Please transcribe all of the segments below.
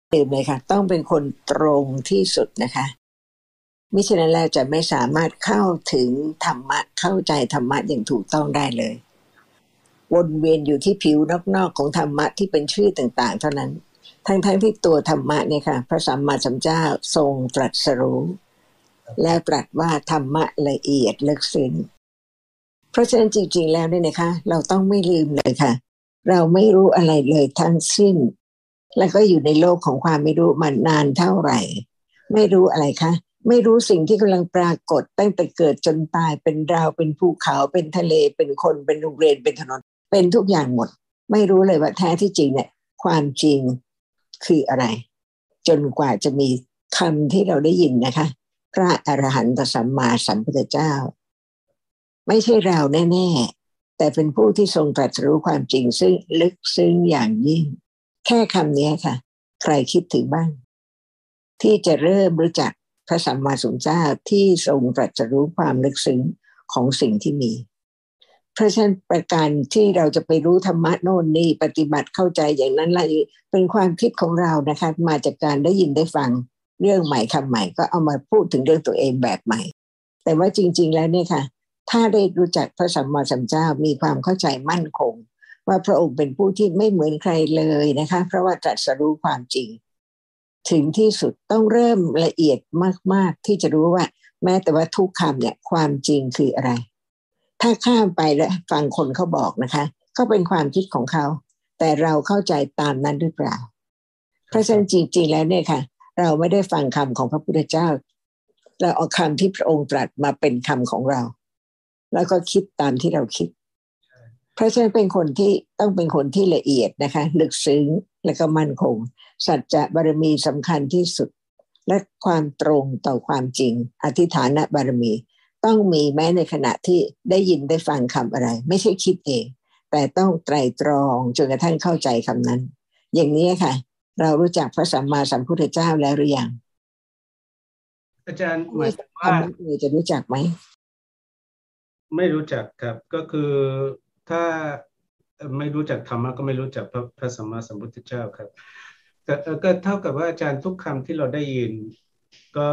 ลืมเลยค่ะต้องเป็นคนตรงที่สุดนะคะมิฉะนั้นแล้วจะไม่สามารถเข้าถึงธรรมะเข้าใจธรรมะอย่างถูกต้องได้เลยวนเวียนอยู่ที่ผิวนอกๆของธรรมะที่เป็นชื่อต่างๆเท่านั้นทั้งที่ตัวธรรมะเนี่ยค่ะพระสัมมาสัมพุทธเจ้าทรงตรัสรู้แล้วตรัสว่าธรรมะละเอียดลึกซึ้งเพราะฉะนั้นจริงๆแล้วเนี่ยนะคะเราต้องไม่ลืมเลยค่ะเราไม่รู้อะไรเลยทั้งสิ้นแล้วก็อยู่ในโลกของความไม่รู้มานานเท่าไหร่ไม่รู้อะไรคะไม่รู้สิ่งที่กำลังปรากฏตั้งแต่เกิดจนตายเป็นดาวเป็นภูเขาเป็นทะเลเป็นคนเป็นโรงเรียนเป็นถนนเป็นทุกอย่างหมดไม่รู้เลยว่าแท้ที่จริงเนี่ยความจริงคืออะไรจนกว่าจะมีคำที่เราได้ยินนะคะพระอรหันตสัมมาสัมพุทธเจ้าไม่ใช่เราแน่ๆแต่เป็นผู้ที่ทรงตรัสรู้ความจริงซึ่งลึกซึ้งอย่างยิ่งแค่คำนี้ค่ะใครคิดถึงบ้างที่จะเริ่มรู้จักพระสัมมาสัมพุทธเจ้าที่ทรงตรัสรู้ความลึกซึ้งของสิ่งที่มีเพราะฉะนั้นประการที่เราจะไปรู้ธรรมะโน่นนี่ปฏิบัติเข้าใจอย่างนั้นอะไรเป็นความคิดของเรานะคะมาจากการได้ยินได้ฟังเรื่องใหม่คำใหม่ก็เอามาพูดถึงเรื่องตัวเองแบบใหม่แต่ว่าจริงๆแล้วเนี่ยค่ะถ้าได้รู้จักพระสัมมาสัมพุทธเจ้ามีความเข้าใจมั่นคงว่าพระองค์เป็นผู้ที่ไม่เหมือนใครเลยนะคะเพราะว่าตรัสรู้ความจริงถึงที่สุดต้องเริ่มละเอียดมากๆที่จะรู้ว่าแม้แต่ว่าทุกคำเนี่ยความจริงคืออะไรถ้าข้ามไปแล้วฟังคนเขาบอกนะคะก็เป็นความคิดของเขาแต่เราเข้าใจตามนั้นหรือเปล่าเพราะฉะนั้นจริงๆแล้วเนี่ยค่ะเราไม่ได้ฟังคำของพระพุทธเจ้าเราเอาคำที่พระองค์ตรัสมาเป็นคำของเราแล้วก็คิดตามที่เราคิดเพราะฉะนั้นเป็นคนที่ต้องเป็นคนที่ละเอียดนะคะลึกซึ้งและก็มั่นคงสัจจะบารมีสำคัญที่สุดและความตรงต่อความจริงอธิฐานบารมีต้องมีแม้ในขณะที่ได้ยินได้ฟังคำอะไรไม่ใช่คิดเองแต่ต้องไตร่ตรองจนกระทั่งเข้าใจคำนั้นอย่างนี้ค่ะเรารู้จักพระสัมมาสัมพุทธเจ้าแล้วหรือยังอาจารย์หมายถึงว่าจะรู้จักไหมไม่รู้จักครับก็คือถ้าไม่รู้จักธรรมะก็ไม่รู้จักพระสัมมาสัมพุทธเจ้าครับแต่ก็เท่ากับว่าอาจารย์ทุกคำที่เราได้ยินก็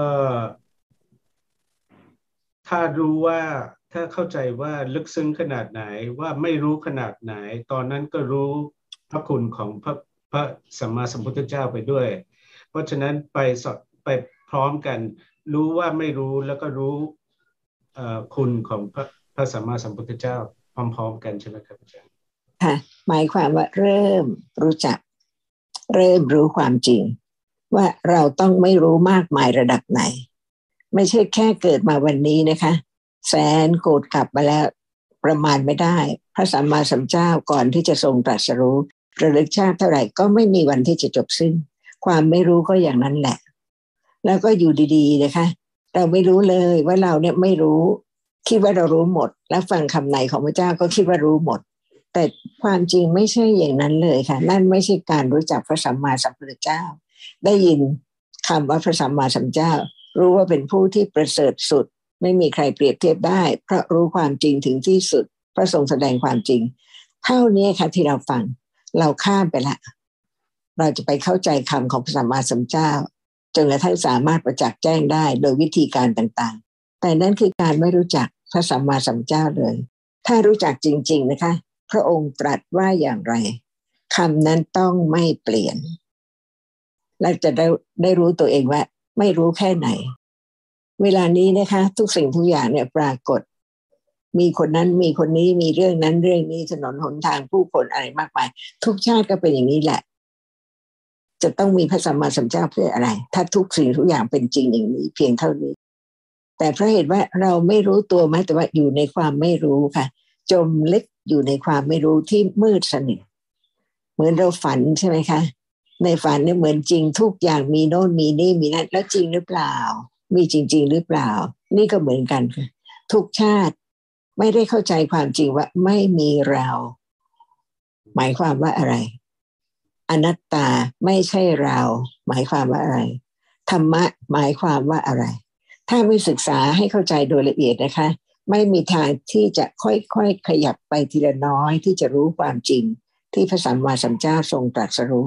ถ้ารู้ว่าถ้าเข้าใจว่าลึกซึ้งขนาดไหนว่าไม่รู้ขนาดไหนตอนนั้นก็รู้พระคุณของพระสัมมาสัมพุทธเจ้าไปด้วยเพราะฉะนั้นไปพร้อมกันรู้ว่าไม่รู้แล้วก็รู้คุณของพระสัมมาสัมพุทธเจ้าพร้อมๆกันใช่ไหมครับอาจารย์ค่ะหมายความว่าเริ่มรู้จักเริ่มรู้ความจริงว่าเราต้องไม่รู้มากมายระดับไหนไม่ใช่แค่เกิดมาวันนี้นะคะแสนโกรธกลับมาแล้วประมาณไม่ได้พระสัมมาสัมพุทธเจ้าก่อนที่จะทรงตรัสรู้ระลึกชาติเท่าไหร่ก็ไม่มีวันที่จะจบสิ้นความไม่รู้ก็อย่างนั้นแหละแล้วก็อยู่ดีๆนะคะเราไม่รู้เลยว่าเราเนี่ยไม่รู้คิดว่าเรารู้หมดแล้วฟังคำไหนของพระเจ้าก็คิดว่ารู้หมดแต่ความจริงไม่ใช่อย่างนั้นเลยค่ะนั่นไม่ใช่การรู้จักพระสัมมาสัมพุทธเจ้าได้ยินคำว่าพระสัมมาสัมพุทธเจ้ารู้ว่าเป็นผู้ที่ประเสริฐสุดไม่มีใครเปรียบเทียบได้เพราะรู้ความจริงถึงที่สุดพระทรงแสดงความจริงเท่านี้ค่ะที่เราฟังเราข้ามไปละเราจะไปเข้าใจคำของพระสัมมาสัมพุทธเจ้าจนกระทั่งสามารถประจักษ์แจ้งได้โดยวิธีการต่างๆแต่นั่นคือการไม่รู้จักพระสัมมาสัมพุทธเจ้าเลยถ้ารู้จักจริงๆนะคะพระองค์ตรัสว่าอย่างไรคำนั้นต้องไม่เปลี่ยนและจะได้รู้ตัวเองว่าไม่รู้แค่ไหนเวลานี้นะคะทุกสิ่งทุกอย่างเนี่ยปรากฏมีคนนั้นมีคนนี้มีเรื่องนั้นเรื่องนี้ถนนหนทางผู้คนอะไรมากมายทุกชาติก็เป็นอย่างนี้แหละจะต้องมีพระสัมมาสัมพุทธเจ้าเพื่ออะไรถ้าทุกสิ่งทุกอย่างเป็นจริงอย่างนี้เพียงเท่านี้แต่เพราะเหตุว่าเราไม่รู้ตัวไหมแต่ว่าอยู่ในความไม่รู้ค่ะจมลึกอยู่ในความไม่รู้ที่มืดสนิทเหมือนเราฝันใช่ไหมคะในฝันเนี่ยเหมือนจริงทุกอย่างมีโน่นมีนี่มีนั่นแล้วจริงหรือเปล่ามีจริงๆหรือเปล่านี่ก็เหมือนกันค่ะทุกชาติไม่ได้เข้าใจความจริงว่าไม่มีเราหมายความว่าอะไรอนัตตาไม่ใช่เราหมายความว่าอะไรธรรมะหมายความว่าอะไรถ้าไม่ศึกษาให้เข้าใจโดยละเอียดนะคะไม่มีทางที่จะค่อยๆขยับไปทีละน้อยที่จะรู้ความจริงที่พระสัมมาสัมพุทธเจ้าทรงตรัสรู้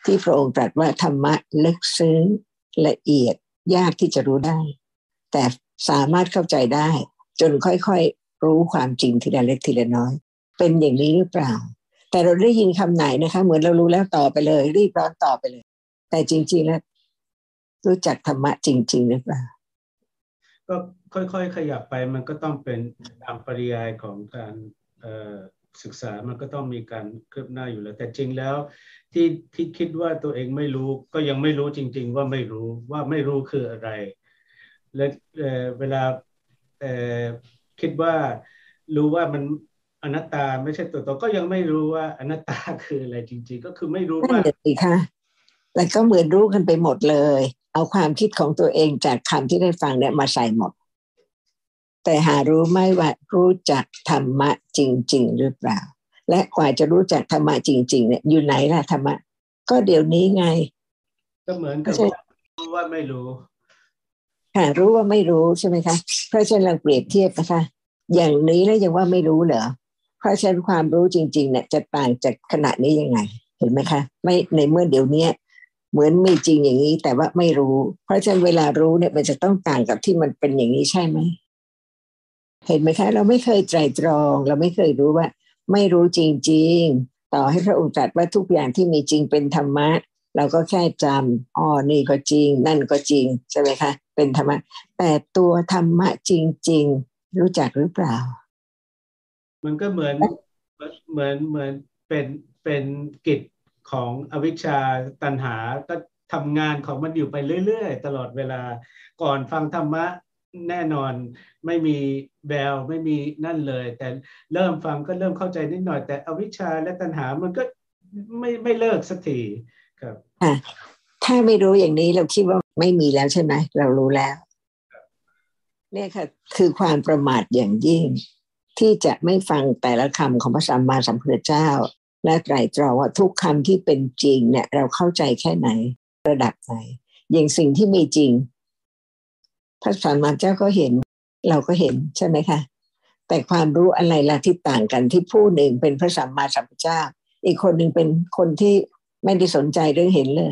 ที่พระองค์ตรัสว่าธรรมะลึกซึ้งละเอียดยากที่จะรู้ได้แต่สามารถเข้าใจได้จนค่อยๆรู้ความจริงทีละเล็กทีละน้อยเป็นอย่างนี้หรือเปล่าแต่เราได้ยินคำไหนนะคะเหมือนเรารู้แล้วต่อไปเลยรีบร้อนต่อไปเลยแต่จริงๆแล้วรู้จักธรรมะจริงๆหรือเปล่าก็ค่อยๆขยับไปมันก็ต้องเป็นตามปริยายของการศึกษามันก็ต้องมีการคืบหน้าอยู่แล้วแต่จริงแล้วที่คิดว่าตัวเองไม่รู้ก็ยังไม่รู้จริงๆว่าไม่รู้คืออะไรและเวลาคิดว่ารู้ว่ามันอนัตตาไม่ใช่ตัวตนก็ยังไม่รู้ว่าอนัตตาคืออะไรจริงๆก็คือไม่รู้นั่นว่าแหละสิคะแล้วก็เหมือนรู้กันไปหมดเลยเอาความคิดของตัวเองจากคำที่ได้ฟังเนี่ยมาใส่หมดแต่หารู้ไหมว่ารู้จักธรรมะจริงๆหรือเปล่าและกว่าจะรู้จักธรรมะจริงๆเนี่ยอยู่ไหนล่ะธรรมะก็เดี๋ยวนี้ไงก็เหมือนกับว่ารู้ว่าไม่รู้ค่ะรู้ว่าไม่รู้ใช่ไหมคะเพราะฉะนั้นเราเปรียบเทียบนะคะอย่างนี้แล้วยังว่าไม่รู้เหรอเพราะฉะนั้นความรู้จริงๆเนี่ยจะต่างจากขณะนี้ยังไงเห็นไหมคะไม่ในเมื่อเดี๋ยวนี้เหมือนมีจริงอย่างนี้แต่ว่าไม่รู้เพราะฉะนั้นเวลารู้เนี่ยมันจะต้องต่างกับที่มันเป็นอย่างนี้ใช่ไหมเห็นไหมคะเราไม่เคยไตร่ตรองเราไม่เคยรู้ว่าไม่รู้จริงๆต่อให้พระองค์ตรัสว่าทุกอย่างที่มีจริงเป็นธรรมะเราก็แค่จำอ๋อนี่ก็จริงนั่นก็จริงใช่ไหมคะเป็นธรรมะแต่ตัวธรรมะจริงๆรู้จักหรือเปล่ามันก็เหมือนเป็นเป็นกิจของอวิชชาตัณหาก็ทำงานของมันอยู่ไปเรื่อยๆตลอดเวลาก่อนฟังธรรมะแน่นอนไม่มีแววไม่มีนั่นเลยแต่เริ่มฟังก็เริ่มเข้าใจนิดหน่อยแต่อวิชชาและตัณหามันก็ไม่เลิกสักทีครับค่ะถ้าไม่รู้อย่างนี้เราคิดว่าไม่มีแล้วใช่ไหมเรารู้แล้วเนี่ยค่ะคือความประมาทอย่างยิ่งที่จะไม่ฟังแต่ละคำของพระสัมมาสัมพุทธเจ้าและไตรตรองว่าทุกคำที่เป็นจริงเนี่ยเราเข้าใจแค่ไหนระดับไหนอย่างสิ่งที่มีจริงพระสัมมาสัมพุทธเจ้าก็เห็นเราก็เห็นใช่ไหมคะแต่ความรู้อะไรล่ะที่ต่างกันที่ผู้หนึ่งเป็นพระสัมมาสัมพุทธเจ้าอีกคนหนึ่งเป็นคนที่ไม่ได้สนใจเรื่องเห็นเลย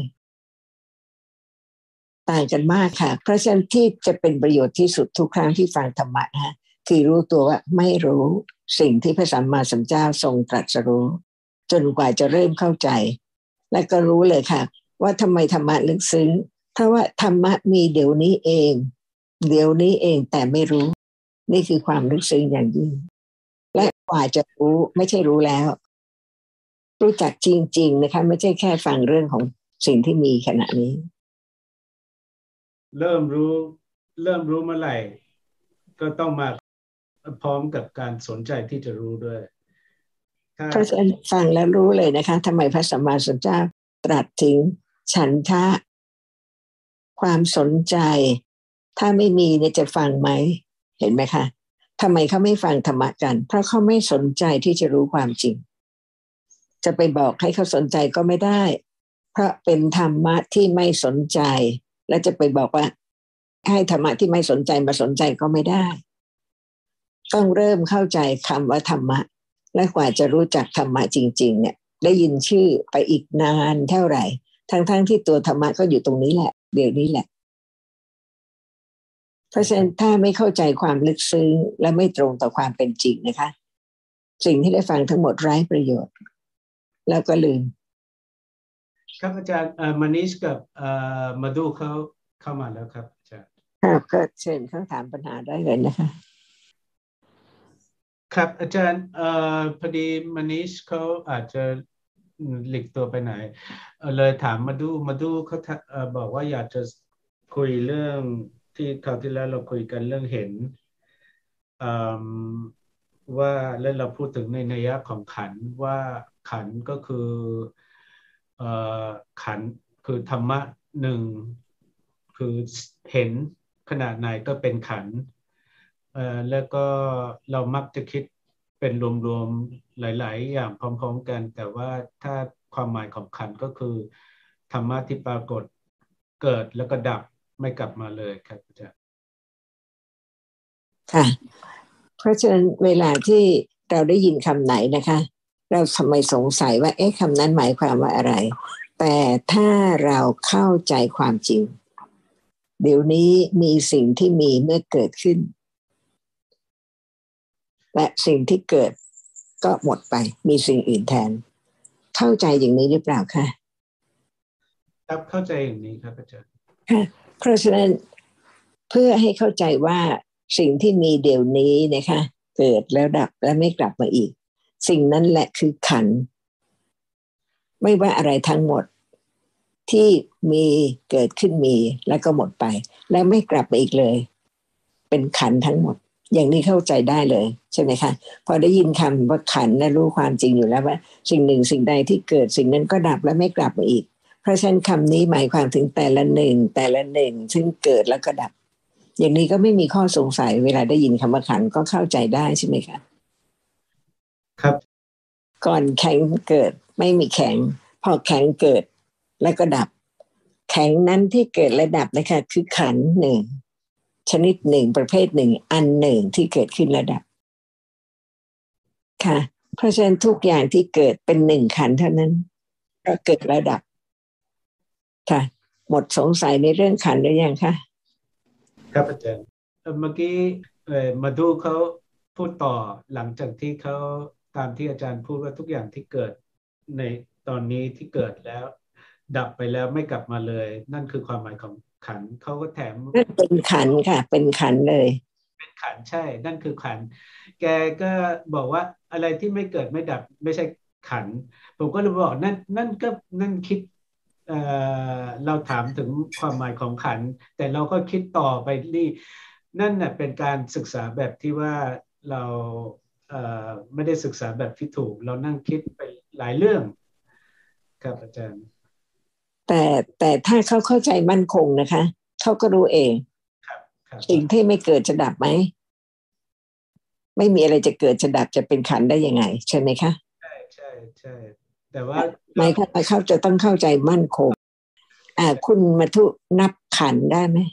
ต่างกันมากค่ะเพราะฉะนั้นที่จะเป็นประโยชน์ที่สุดทุกครั้งที่ฟังธรรมะนะคือรู้ตัวว่าไม่รู้สิ่งที่พระสัมมาสัมพุทธเจ้าทรงตรัสรู้จนกว่าจะเริ่มเข้าใจและก็รู้เลยค่ะว่าทำไมธรรมะลึกซึ้งเพราะว่าธรรมะมีเดี๋ยวนี้เองเดี๋ยวนี้เองแต่ไม่รู้นี่คือความลึกซึ้งอย่างยิ่งและกว่าจะรู้ไม่ใช่รู้แล้วรู้จักจริงๆนะคะไม่ใช่แค่ฟังเรื่องของสิ่งที่มีขณะนี้เริ่มรู้เริ่มรู้เมื่อไหร่ก็ต้องมาพร้อมกับการสนใจที่จะรู้ด้วยถ้าเพราะฉะนั้นฟังแล้วรู้เลยนะคะทำไมพระสัมมาสัมพุทธเจ้าตรัสถึงฉันทะความสนใจถ้าไม่มีเนี่ยจะฟังไหมเห็นไหมคะทำไมเขาไม่ฟังธรรมะกันเพราะเขาไม่สนใจที่จะรู้ความจริงจะไปบอกให้เขาสนใจก็ไม่ได้เพราะเป็นธรรมะที่ไม่สนใจและจะไปบอกว่าให้ธรรมะที่ไม่สนใจมาสนใจก็ไม่ได้ต้องเริ่มเข้าใจคำว่าธรรมะและกว่าจะรู้จักธรรมะจริงๆเนี่ยได้ยินชื่อไปอีกนานเท่าไหร่ทั้งที่ตัวธรรมะก็อยู่ตรงนี้แหละเดี๋ยวนี้แหละเพราะฉะนั้นถ้าไม่เข้าใจความลึกซึ้งและไม่ตรงต่อความเป็นจริงนะคะสิ่งที่ได้ฟังทั้งหมดไร้ประโยชน์แล้วก็ลืมครับอาจารย์มานิชกับมาดูเขาเข้ามาแล้วครับอาจารย์ครับก็เชิญเขาถามปัญหาได้เลยนะคะครับอาจารย์พอดีมานิชเขาอาจจะหลีกตัวไปไหนเลยถามมาดูเขาบอกว่าอยากจะคุยเรื่องที่คราวที่แล้วเราคุยกันเรื่องเห็นอืมว่าแล้วเราพูดถึงในนัยยะของขันธ์ว่าขันธ์ก็คือเอ่อขันธ์คือธรรมะหนึ่งคือเห็นขนาดไหนก็เป็นขันธ์แล้วก็เรามักจะคิดเป็นรวมๆหลายๆอย่างพร้อมๆกันแต่ว่าถ้าความหมายของขันธ์ก็คือธรรมะที่ปรากฏเกิดแล้วก็ดับไม่กลับมาเลยครับอาจารย์ค่ะเพราะฉะนั้นเวลาที่เราได้ยินคำไหนนะคะเราทำไมสงสัยว่าเอ๊ะคำนั้นหมายความว่าอะไรแต่ถ้าเราเข้าใจความจริงเดี๋ยวนี้มีสิ่งที่มีเมื่อเกิดขึ้นและสิ่งที่เกิดก็หมดไปมีสิ่งอื่นแทนเข้าใจอย่างนี้หรือเปล่าคะครับเข้าใจอย่างนี้ครับอาจารย์ค่ะเพราะฉะนั้นเพื่อให้เข้าใจว่าสิ่งที่มีเดี๋ยวนี้นะคะเกิดแล้วดับและไม่กลับมาอีกสิ่งนั้นแหละคือขันธ์ไม่ว่าอะไรทั้งหมดที่มีเกิดขึ้นมีแล้วก็หมดไปแล้วไม่กลับมาอีกเลยเป็นขันธ์ทั้งหมดอย่างนี้เข้าใจได้เลยใช่ไหมคะพอได้ยินคำว่าขันธ์และรู้ความจริงอยู่แล้วว่าสิ่งหนึ่งสิ่งใดที่เกิดสิ่งนั้นก็ดับและไม่กลับมาอีกเพราะฉะนั้นคำนี้หมายความถึงแต่ละหนึ่งแต่ละหนึ่งซึ่งเกิดแล้วก็ดับอย่างนี้ก็ไม่มีข้อสงสัยเวลาได้ยินคำว่าขันธ์ก็เข้าใจได้ใช่ไหมคะครับก่อนแข็งเกิดไม่มีแข็งพอแข็งเกิดแล้วก็ดับแข็งนั้นที่เกิดและดับนะคะคือขันธ์หนึ่งชนิดหนึ่งประเภทหนึ่งอันหนึ่งที่เกิดขึ้นและดับค่ะเพราะฉะนั้นทุกอย่างที่เกิดเป็นหนึ่งขันธ์เท่านั้นก็เกิดและดับค่ะหมดสงสัยในเรื่องขันธ์หรือยังคะครับอาจารย์เมื่อกี้มาดูเขาพูดต่อหลังจากที่เขาตามที่อาจารย์พูดว่าทุกอย่างที่เกิดในตอนนี้ที่เกิดแล้วดับไปแล้วไม่กลับมาเลยนั่นคือความหมายของขันธ์เขาก็แถมนั่นเป็นขันธ์ค่ะเป็นขันธ์เลยเป็นขันธ์ใช่นั่นคือขันธ์แกก็บอกว่าอะไรที่ไม่เกิดไม่ดับไม่ใช่ขันธ์ผมก็เลยบอกนั่นก็นั่นคิดเอ่อเราถามถึงความหมายของขันธ์แต่เราก็คิดต่อไปนี่นั่นน่ะเป็นการศึกษาแบบที่ว่าเราไม่ได้ศึกษาแบบที่ถูกเรานั่งคิดไปหลายเรื่องครับอาจารย์แต่แต่ถ้าเขาเข้าใจมั่นคงนะคะเขาก็รู้เองครับครับสิ่งที่ไม่เกิดจะดับไหมไม่มีอะไรจะเกิดจะดับจะเป็นขันธ์ได้ยังไงใช่ไหมคะใช่ใช่ใช่แต่ว่าหมายความว่าเขาจะต้องเข้าใจมั่นคงคุณมาทุนับขันธ์ได้ไหม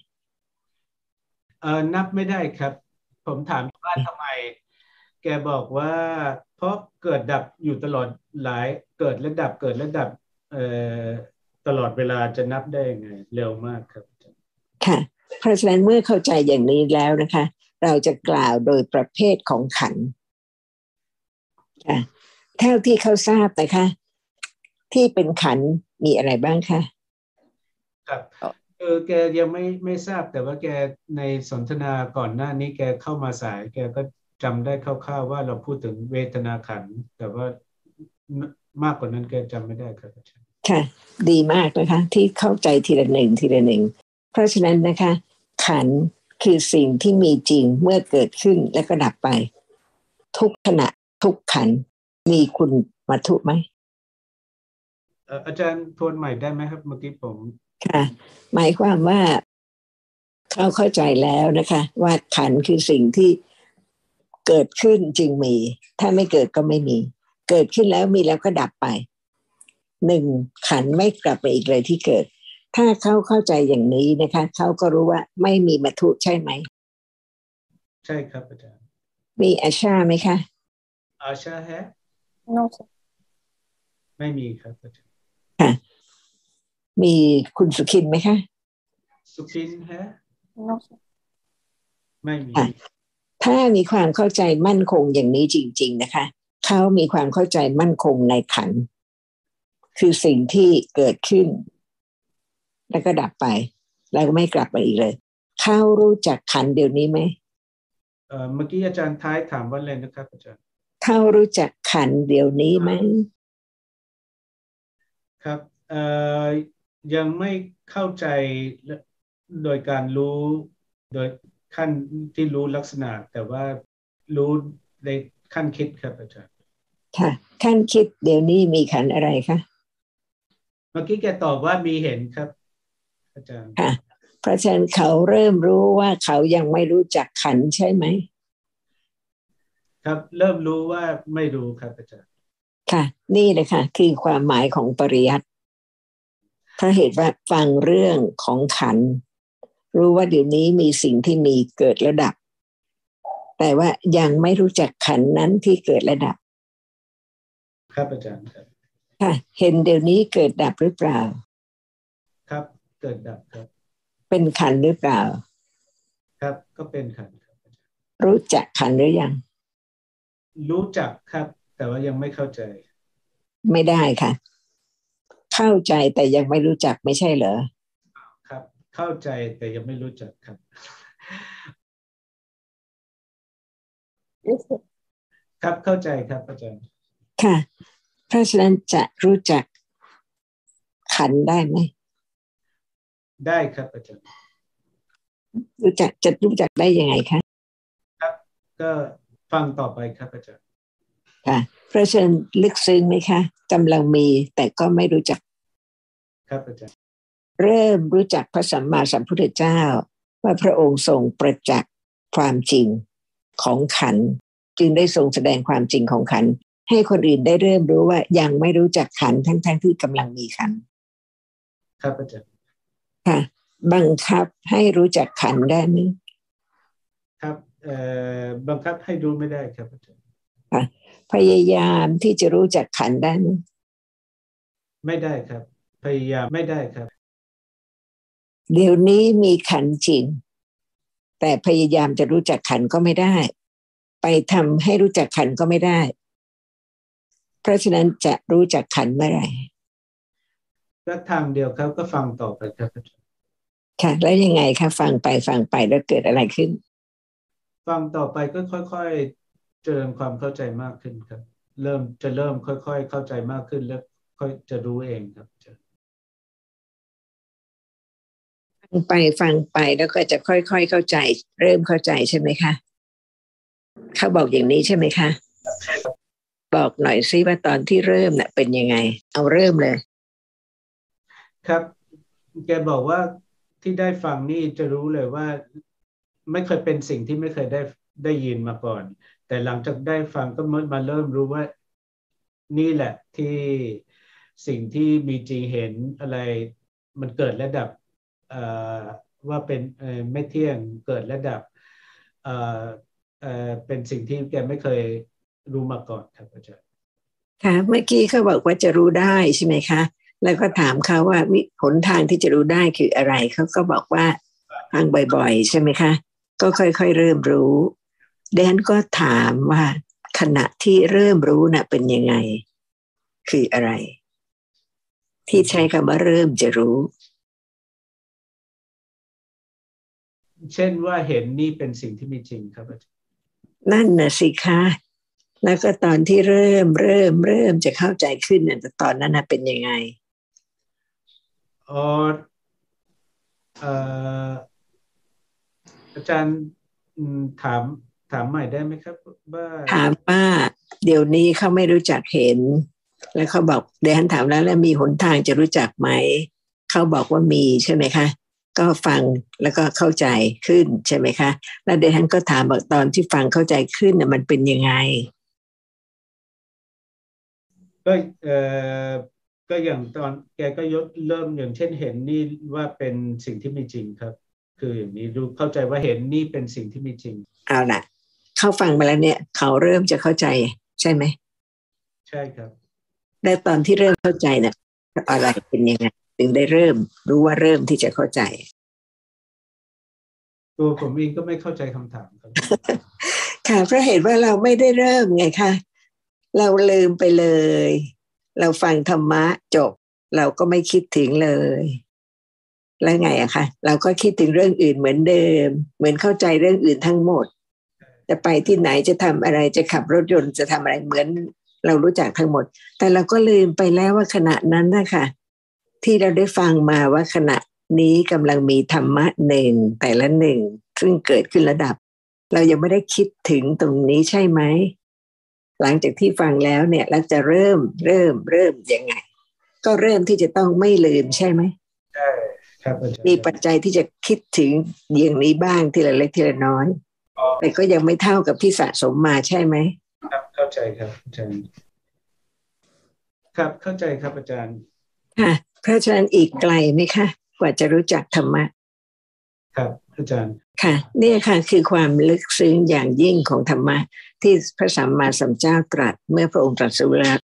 นับไม่ได้ครับผมถามว่าทำไมแกบอกว่าเพราะเกิดดับอยู่ตลอดหลายเกิดและดับเกิดและดับเอ่อตลอดเวลาจะนับได้ยังไงเร็วมากครับค่ะเพราะฉะนั้นเมื่อเข้าใจอย่างนี้แล้วนะคะเราจะกล่าวโดยประเภทของขันธ์ค่ะเท่าที่เขาทราบนะคะที่เป็นขันธ์มีอะไรบ้างคะครับแกยังไม่ทราบแต่ว่าแกในสนทนาก่อนหน้านี้แกเข้ามาสายแกก็จำได้คร่าวๆว่าเราพูดถึงเวทนาขันธ์แต่ว่ามากกว่านั้นแกจำไม่ได้ครับอาจารย์ค่ะดีมากนะคะที่เข้าใจทีละหนึ่งทีละหนึ่งเพราะฉะนั้นนะคะขันธ์คือสิ่งที่มีจริงเมื่อเกิดขึ้นและก็ดับไปทุกขณะทุกขันธ์มีคุณมาทุไหมอาจารย์ทวนใหม่ได้ไหมครับเมื่อกี้ผมค่ะหมายความว่าเขาเข้าใจแล้วนะคะว่าขันธ์คือสิ่งที่เกิดขึ้นจึงมีถ้าไม่เกิดก็ไม่มีเกิดขึ้นแล้วมีแล้วก็ดับไปหนึ่งขันธ์ไม่กลับไปอีกเลยที่เกิดถ้าเขาเข้าใจอย่างนี้นะคะเขาก็รู้ว่าไม่มีมาทุใช่ไหมใช่ครับอาจารย์มีอาชาไหมคะอาชาแฮะ No sé. ไม่มีครับอาจารย์ค่ะมีคุณสุขินไหมคะสุกินฮะ No sé. ไม่มีค่ะถ้ามีความเข้าใจมั่นคงอย่างนี้จริงๆนะคะเขามีความเข้าใจมั่นคงในขันธ์คือสิ่งที่เกิดขึ้นแล้วก็ดับไปแล้วก็ไม่กลับมาอีกเลยเขารู้จักขันธ์เดี๋ยวนี้ไหมเมื่อกี้อาจารย์ท้ายถามว่าอะไรนะครับอาจารย์เขารู้จักขันธ์เดี๋ยวนี้ไหมครับยังไม่เข้าใจโดยการรู้โดยขั้นที่รู้ลักษณะแต่ว่ารู้ในขั้นคิดครับอาจารย์ค่ะขั้นคิดเดี๋ยวนี้มีขันธ์อะไรคะเมื่อกี้แกตอบว่ามีเห็นครับอาจารย์ค่ะเพราะฉะนั้นเขาเริ่มรู้ว่าเขายังไม่รู้จักขันธ์ใช่ไหมครับเริ่มรู้ว่าไม่รู้ครับอาจารย์ค่ะนี่เลยค่ะคือความหมายของปริยัติเพราะเหตุว่าฟังเรื่องของขันธ์รู้ว่าเดี๋ยวนี้มีสิ่งที่มีเกิดและดับแต่ว่ายังไม่รู้จักขันธ์นั้นที่เกิดและดับครับอาจารย์ครับค่ะเห็นเดี๋ยวนี้เกิดดับหรือเปล่าครับเกิดดับครับเป็นขันธ์หรือเปล่าครับก็เป็นขันธ์ครับรู้จักขันธ์หรือยังรู้จักครับแต่ว่ายังไม่เข้าใจไม่ได้ค่ะเข้าใจแต่ยังไม่รู้จักไม่ใช่เหรอครับเข้าใจแต่ยังไม่รู้จักครับครับเข้าใจครับอาจารย์ค่ะเพราะฉะนั้นจะรู้จักขันธ์ได้ไหมได้ครับอาจารย์รู้จักจะรู้จักได้ยังไงคะครับก็ฟังต่อไปครับอาจารย์ค่ะเพราะฉะนั้นลึกซึ้งไหมคะกำลังมีแต่ก็ไม่รู้จักครับอาจารย์เริ่มรู้จักพระสัมมาสัมพุทธเจ้าว่าพระองค์ทรงประจักษ์ความจริงของขันธ์จึงได้ทรงแสดงความจริงของขันธ์ให้คนอื่นได้เริ่มรู้ว่ายังไม่รู้จักขันธ์ทั้งที่กำลังมีขันธ์ครับอาจารย์ค่ะบังคับให้รู้จักขันธ์ได้ไหมครับบังคับให้รู้ไม่ได้ครับอาจารย์ค่ะพยายามที่จะรู้จักขันธ์ได้ไหมไม่ได้ครับพยายามไม่ได้ครับเดี๋ยวนี้มีขันธ์จริงแต่พยายามจะรู้จักขันธ์ก็ไม่ได้ไปทำให้รู้จักขันธ์ก็ไม่ได้เพราะฉะนั้นจะรู้จักขันธ์เมื่อไหร่ก็ทางเดียวครับก็ฟังต่อไปครับอาจารย์ค่ะแล้วยังไงคะฟังไปฟังไปแล้วเกิดอะไรขึ้นฟังต่อไปก็ค่อยๆเจริญความเข้าใจมากขึ้นครับเริ่มค่อยๆเข้าใจมากขึ้นแล้วค่อยจะรู้เองครับอาจารย์ฟังไปฟังไปแล้วก็จะค่อยๆเข้าใจเริ่มเข้าใจใช่ไหมคะเขาบอกอย่างนี้ใช่ไหมคะบอกหน่อยซิว่าตอนที่เริ่มน่ะเป็นยังไงเอาเริ่มเลยครับแกบอกว่าที่ได้ฟังนี่จะรู้เลยว่าไม่เคยเป็นสิ่งที่ไม่เคยได้ยินมาก่อนแต่หลังจากได้ฟังก็มาเริ่มรู้ว่านี่แหละที่สิ่งที่มีจริงเห็นอะไรมันเกิดและดับเอ่อว่าเป็นไม่เที่ยงเกิดและดับเอ่อเป็นสิ่งที่แกไม่เคยรู้มาก่อนครับอาจารย์ค่ะเมื่อกี้เขาบอกว่าจะรู้ได้ใช่ไหมคะแล้วก็ถามเขาว่าหนทางที่จะรู้ได้คืออะไรเขาก็บอกว่าฟังบ่อยๆใช่ไหมคะก็ค่อยๆเริ่มรู้แดนก็ถามว่าขณะที่เริ่มรู้น่ะเป็นยังไงคืออะไรที่ใช้คำว่าเริ่มจะรู้เช่นว่าเห็นนี่เป็นสิ่งที่มีจริงครับอาจารย์นั่นน่ะสิคะแล้วก็ตอนที่เริ่มจะเข้าใจขึ้นเนี่ยตอนนั้นน่ะเป็นยังไงอ๋อเอ่อ อาจารย์ถามใหม่ได้ไหมครับว่าถามว่าเดี๋ยวนี้เขาไม่รู้จักเห็นแล้วเขาบอกเดี๋ยวฉันถามแล้วมีหนทางจะรู้จักไหมเขาบอกว่ามีใช่ไหมคะก็ฟังแล้วก็เข้าใจขึ้นใช่ไหมคะแล้วเดี๋ยวฉันก็ถามบอกตอนที่ฟังเข้าใจขึ้นน่ะมันเป็นยังไงก็ก็อย่างตอนแกก็ยกเริ่มอย่างเช่นเห็นนี่ว่าเป็นสิ่งที่มีจริงครับคืออย่างนี้รู้เข้าใจว่าเห็นนี่เป็นสิ่งที่มีจริงเอาล่ะเขาฟังมาแล้วเนี่ยเขาเริ่มจะเข้าใจใช่ไหมใช่ครับแต่ตอนที่เริ่มเข้าใจเนี่ยอะไรเป็นยังไงถึงได้เริ่มรู้ว่าเริ่มที่จะเข้าใจตัวผมเองก็ไม่เข้าใจคำถามครับค่ะเพราะเหตุว่าเราไม่ได้เริ่มไงคะเราลืมไปเลยเราฟังธรรมะจบเราก็ไม่คิดถึงเลยแล้วไงอะคะเราก็คิดถึงเรื่องอื่นเหมือนเดิมเหมือนเข้าใจเรื่องอื่นทั้งหมดจะไปที่ไหนจะทำอะไรจะขับรถยนต์จะทำอะไรเหมือนเรารู้จักทั้งหมดแต่เราก็ลืมไปแล้วว่าขณะนั้นนะคะที่เราได้ฟังมาว่าขณะนี้กำลังมีธรรมะหนึ่งแต่ละหนึ่งซึ่งเกิดขึ้นระดับเรายังไม่ได้คิดถึงตรงนี้ใช่ไหมหลังจากที่ฟังแล้วเนี่ยเราจะเริ่มยังไงก็เริ่มที่จะต้องไม่ลืมใช่ไหมใช่ครับอาจารมีย์ปัจจัยที่จะคิดถึงอย่างนี้บ้างทีละเล็กทีละน้อยอ๋อแต่ก็ยังไม่เท่ากับที่สะสมมาใช่ไหมครับเข้าใจครับอาจารย์ครับเข้าใจครับอาจารย์ค่ะเพราะฉะนั้นอีกไกลไหมคะกว่าจะรู้จักธรรมะครับอาจารย์ค่ะเนี่ยค่ะคือความลึกซึ้งอย่างยิ่งของธรรมะที่พระสัมมาสัมพุทธเจ้าตรัสเมื่อพระองค์ตรัสรู้แล้ว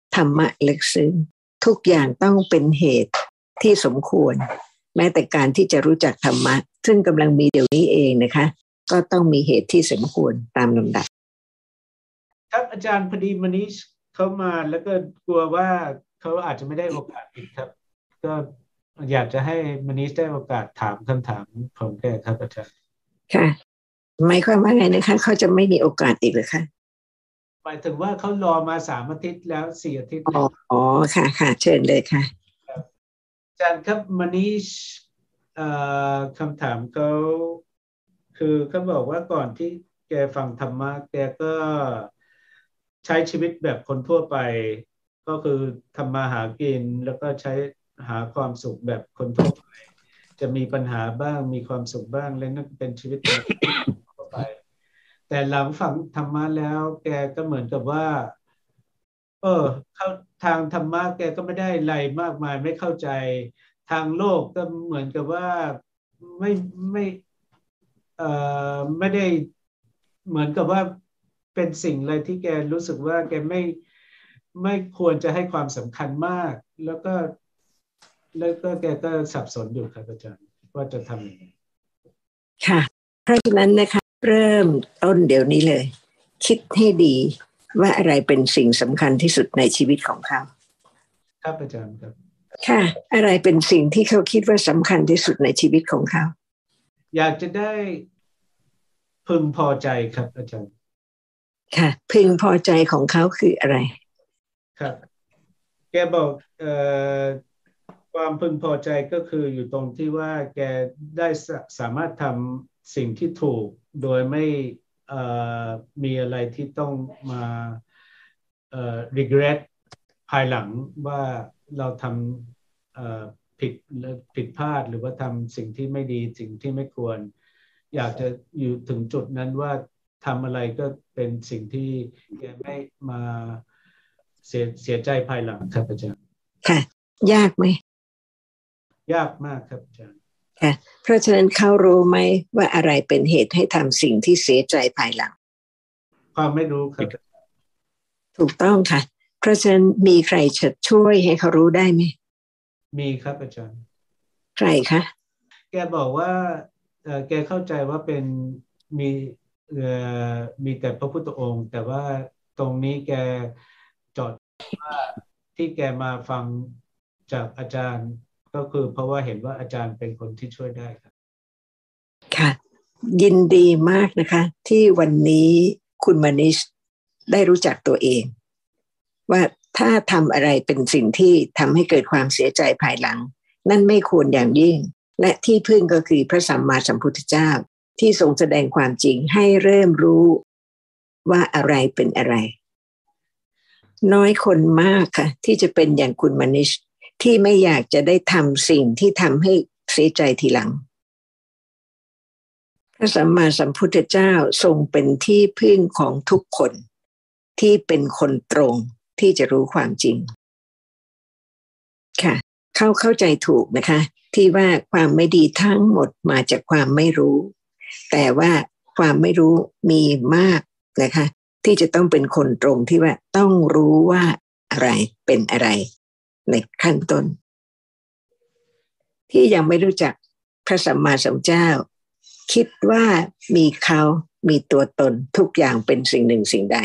ธรรมะลึกซึ้งทุกอย่างต้องเป็นเหตุที่สมควรแม้แต่การที่จะรู้จักธรรมะซึ่งกำลังมีเดี๋ยวนี้เองนะคะก็ต้องมีเหตุที่สมควรตามลำดับครับอาจารย์พอดีมณีชเขามาแล้วก็กลัวว่าเขาอาจจะไม่ได้โอกาสอีกครับก็อยากจะให้มณีชได้โอกาสถามคำถามของแกครับอาจารย์ค่ะหมายความว่าไงนะคะเขาจะไม่มีโอกาสอีกหรือคะหมายถึงว่าเขารอมา3 อาทิตย์แล้ว4 อาทิตย์อ๋ออ๋อค่ะค่ะเชิญเลยค่ะอาจารย์ครับมณีชคำถามเขาคือเขาบอกว่าก่อนที่แกฟังธรรมะแกก็ใช้ชีวิตแบบคนทั่วไปก็คือทำมาหากินแล้วก็ใช้หาความสุขแบบคนทั่วไปจะมีปัญหาบ้างมีความสุขบ้างและนั่นเป็นชีวิตทั่วไปแต่หลังฟังธรรมะแล้วแกก็เหมือนกับว่าเออเข้าทางธรรมะแกก็ไม่ได้อะไรมากมายไม่เข้าใจทางโลกก็เหมือนกับว่าไม่ไม่ไม่ได้เหมือนกับว่าเป็นสิ่งอะไรที่แกรู้สึกว่าแกไม่ควรจะให้ความสำคัญมากแล้วก็แกก็สับสนอยู่ครับอาจารย์ว่าจะทำยังไงค่ะเพราะฉะนั้นนะคะเริ่มต้นเดี๋ยวนี้เลยคิดให้ดีว่าอะไรเป็นสิ่งสำคัญที่สุดในชีวิตของเขาครับอาจารย์ครับค่ะอะไรเป็นสิ่งที่เขาคิดว่าสำคัญที่สุดในชีวิตของเขาอยากจะได้พึงพอใจครับอาจารย์ค่ะพึงพอใจของเขาคืออะไรครับแกบอกความพึงพอใจก็คืออยู่ตรงที่ว่าแกได้สามารถทำสิ่งที่ถูกโดยไม่เอ่มีอะไรที่ต้องมาregret ภายหลังว่าเราทำผิดผิดพลาดหรือว่าทำสิ่งที่ไม่ดีสิ่งที่ไม่ควรอยากจะอยู่ถึงจุดนั้นว่าทำอะไรก็เป็นสิ่งที่แกไม่มาเสียใจภายหลังครับอาจารย์ค่ะยากไหมยากมากครับอาจารย์ค่ะเพราะฉะนั้นเขารู้ไหมว่าอะไรเป็นเหตุให้ทำสิ่งที่เสียใจภายหลังความไม่รู้ครับถูกต้องค่ะเพราะฉะนั้นมีใครจะช่วยให้เขารู้ได้ไหมมีครับอาจารย์ใครคะแกบอกว่าแกเข้าใจว่าเป็นมีเอ่มีแต่พระพุทธองค์แต่ว่าตรงนี้แกจอดว่าที่แกมาฟังจากอาจารย์ก็คือเพราะว่าเห็นว่าอาจารย์เป็นคนที่ช่วยได้ครับค่ะยินดีมากนะคะที่วันนี้คุณมณิชได้รู้จักตัวเองว่าถ้าทำอะไรเป็นสิ่งที่ทำให้เกิดความเสียใจภายหลังนั่นไม่ควรอย่างยิ่งและที่พึ่งก็คือพระสัมมาสัมพุทธเจ้าที่ทรงแสดงความจริงให้เริ่มรู้ว่าอะไรเป็นอะไรน้อยคนมากค่ะที่จะเป็นอย่างคุณมณิชที่ไม่อยากจะได้ทำสิ่งที่ทำให้เสียใจทีหลังพระสัมมาสัมพุทธเจ้าทรงเป็นที่พึ่งของทุกคนที่เป็นคนตรงที่จะรู้ความจริงค่ะเข้าใจถูกนะคะที่ว่าความไม่ดีทั้งหมดมาจากความไม่รู้แต่ว่าความไม่รู้มีมากนะคะที่จะต้องเป็นคนตรงที่ว่าต้องรู้ว่าอะไรเป็นอะไรในขั้นต้นที่ยังไม่รู้จักพระสัมมาสัมพุทธเจ้าคิดว่ามีเขามีตัวตนทุกอย่างเป็นสิ่งหนึ่งสิ่งใด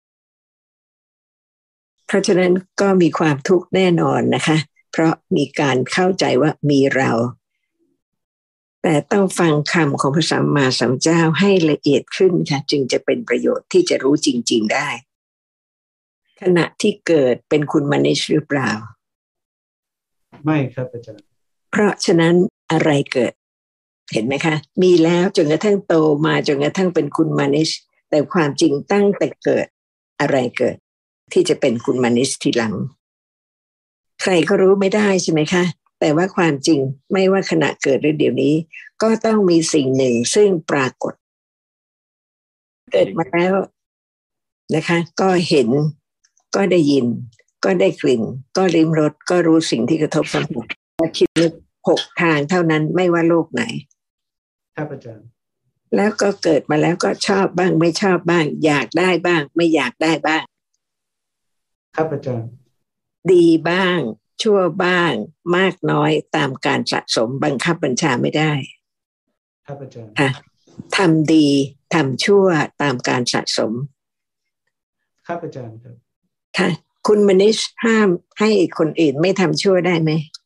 เพราะฉะนั้นก็มีความทุกข์แน่นอนนะคะเพราะมีการเข้าใจว่ามีเราแต่ต้องฟังคำของพระสัมมาสัมพุทธเจ้าให้ละเอียดขึ้นค่ะจึงจะเป็นประโยชน์ที่จะรู้จริงๆได้ขณะที่เกิดเป็นคุณมณิชหรือเปล่าไม่ครับอาจารย์เพราะฉะนั้นอะไรเกิดเห็นไหมคะมีแล้วจนกระทั่งโตมาจนกระทั่งเป็นคุณมณิชแต่ความจริงตั้งแต่เกิดอะไรเกิดที่จะเป็นคุณมณิชทีหลังใครก็รู้ไม่ได้ใช่ไหมคะแต่ว่าความจริงไม่ว่าขณะเกิดหรือเดี๋ยวนี้ก็ต้องมีสิ่งหนึ่งซึ่งปรากฏเกิดมาแล้วนะคะก็เห็นก็ได้ยินก็ได้กลิ่นก็ลิ้มรสก็รู้สิ่งที่กระทบสัมผัสและคิดนึก6 ทางเท่านั้นไม่ว่าโลกไหนครับอาจารย์แล้วก็เกิดมาแล้วก็ชอบบ้างไม่ชอบบ้างอยากได้บ้างไม่อยากได้บ้างครับอาจารย์ดีบ้างชั่วบ้างมากน้อยตามการสะสมบังคับบัญชาไม่ได้ครับอาจารย์ค่ะทำดีทำชั่วตามการสะสมครับอาจารย์ครับค่ะคุณมนิชห้ามให้คนอื่นไม่ทำชั่วได้ไหม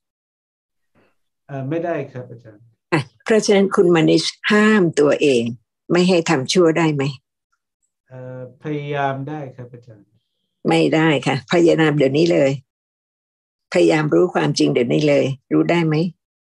ไม่ได้ครับอาจารย์เพราะฉะนั้นคุณมนิชห้ามตัวเองไม่ให้ทำชั่วได้ไหมพยายามได้ครับอาจารย์ไม่ได้ค่ะพยายามเดี๋ยวนี้เลยพยายามรู้ความจริงเดี๋ยวนี้เลยรู้ได้ไหม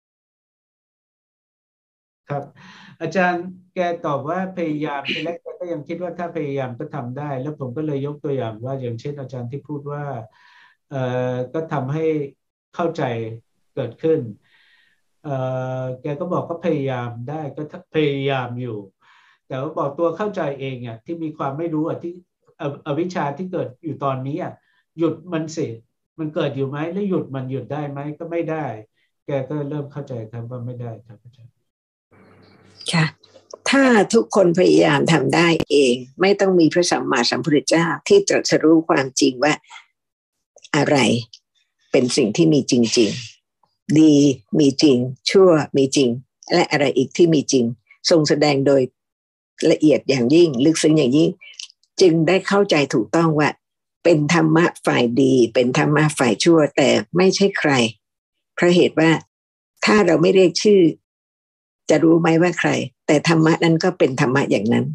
ครับอาจารย์แกตอบว่าพยายามทีแรกแกก็ยังคิดว่าถ้าพยายามก็ทำได้แล้วผมก็เลยยกตัวอย่างว่าอย่างเช่นอาจารย์ที่พูดว่าก็ทำให้เข้าใจเกิดขึ้นแกก็บอกก็พยายามได้ก็พยายามอยู่แต่ว่าบอกตัวเข้าใจเองอ่ะที่มีความไม่รู้อ่ะที่อวิชชาที่เกิดอยู่ตอนนี้อ่ะหยุดมันสิมันเกิดอยู่ไหมแล้วหยุดมันหยุดได้ไหมก็ไม่ได้แกก็เริ่มเข้าใจครับว่าไม่ได้ครับอาจารย์ค่ะถ้าทุกคนพยายามทำได้เองไม่ต้องมีพระสัมมาสัมพุทธเจ้าที่ตรัสรู้ความจริงว่าอะไรเป็นสิ่งที่มีจริงๆดีมีจริงชั่วมีจริงและอะไรอีกที่มีจริงทรงแสดงโดยละเอียดอย่างยิ่งลึกซึ้งอย่างยิ่งจึงได้เข้าใจถูกต้องว่าเป็นธรรมะฝ่ายดีเป็นธรรมะฝ่ายชั่วแต่ไม่ใช่ใครเพราะเหตุว่าถ้าเราไม่เรียกชื่อจะรู้ไหมว่าใครแต่ธรรมะนั้นก็เป็นธรรมะอย่างนั้น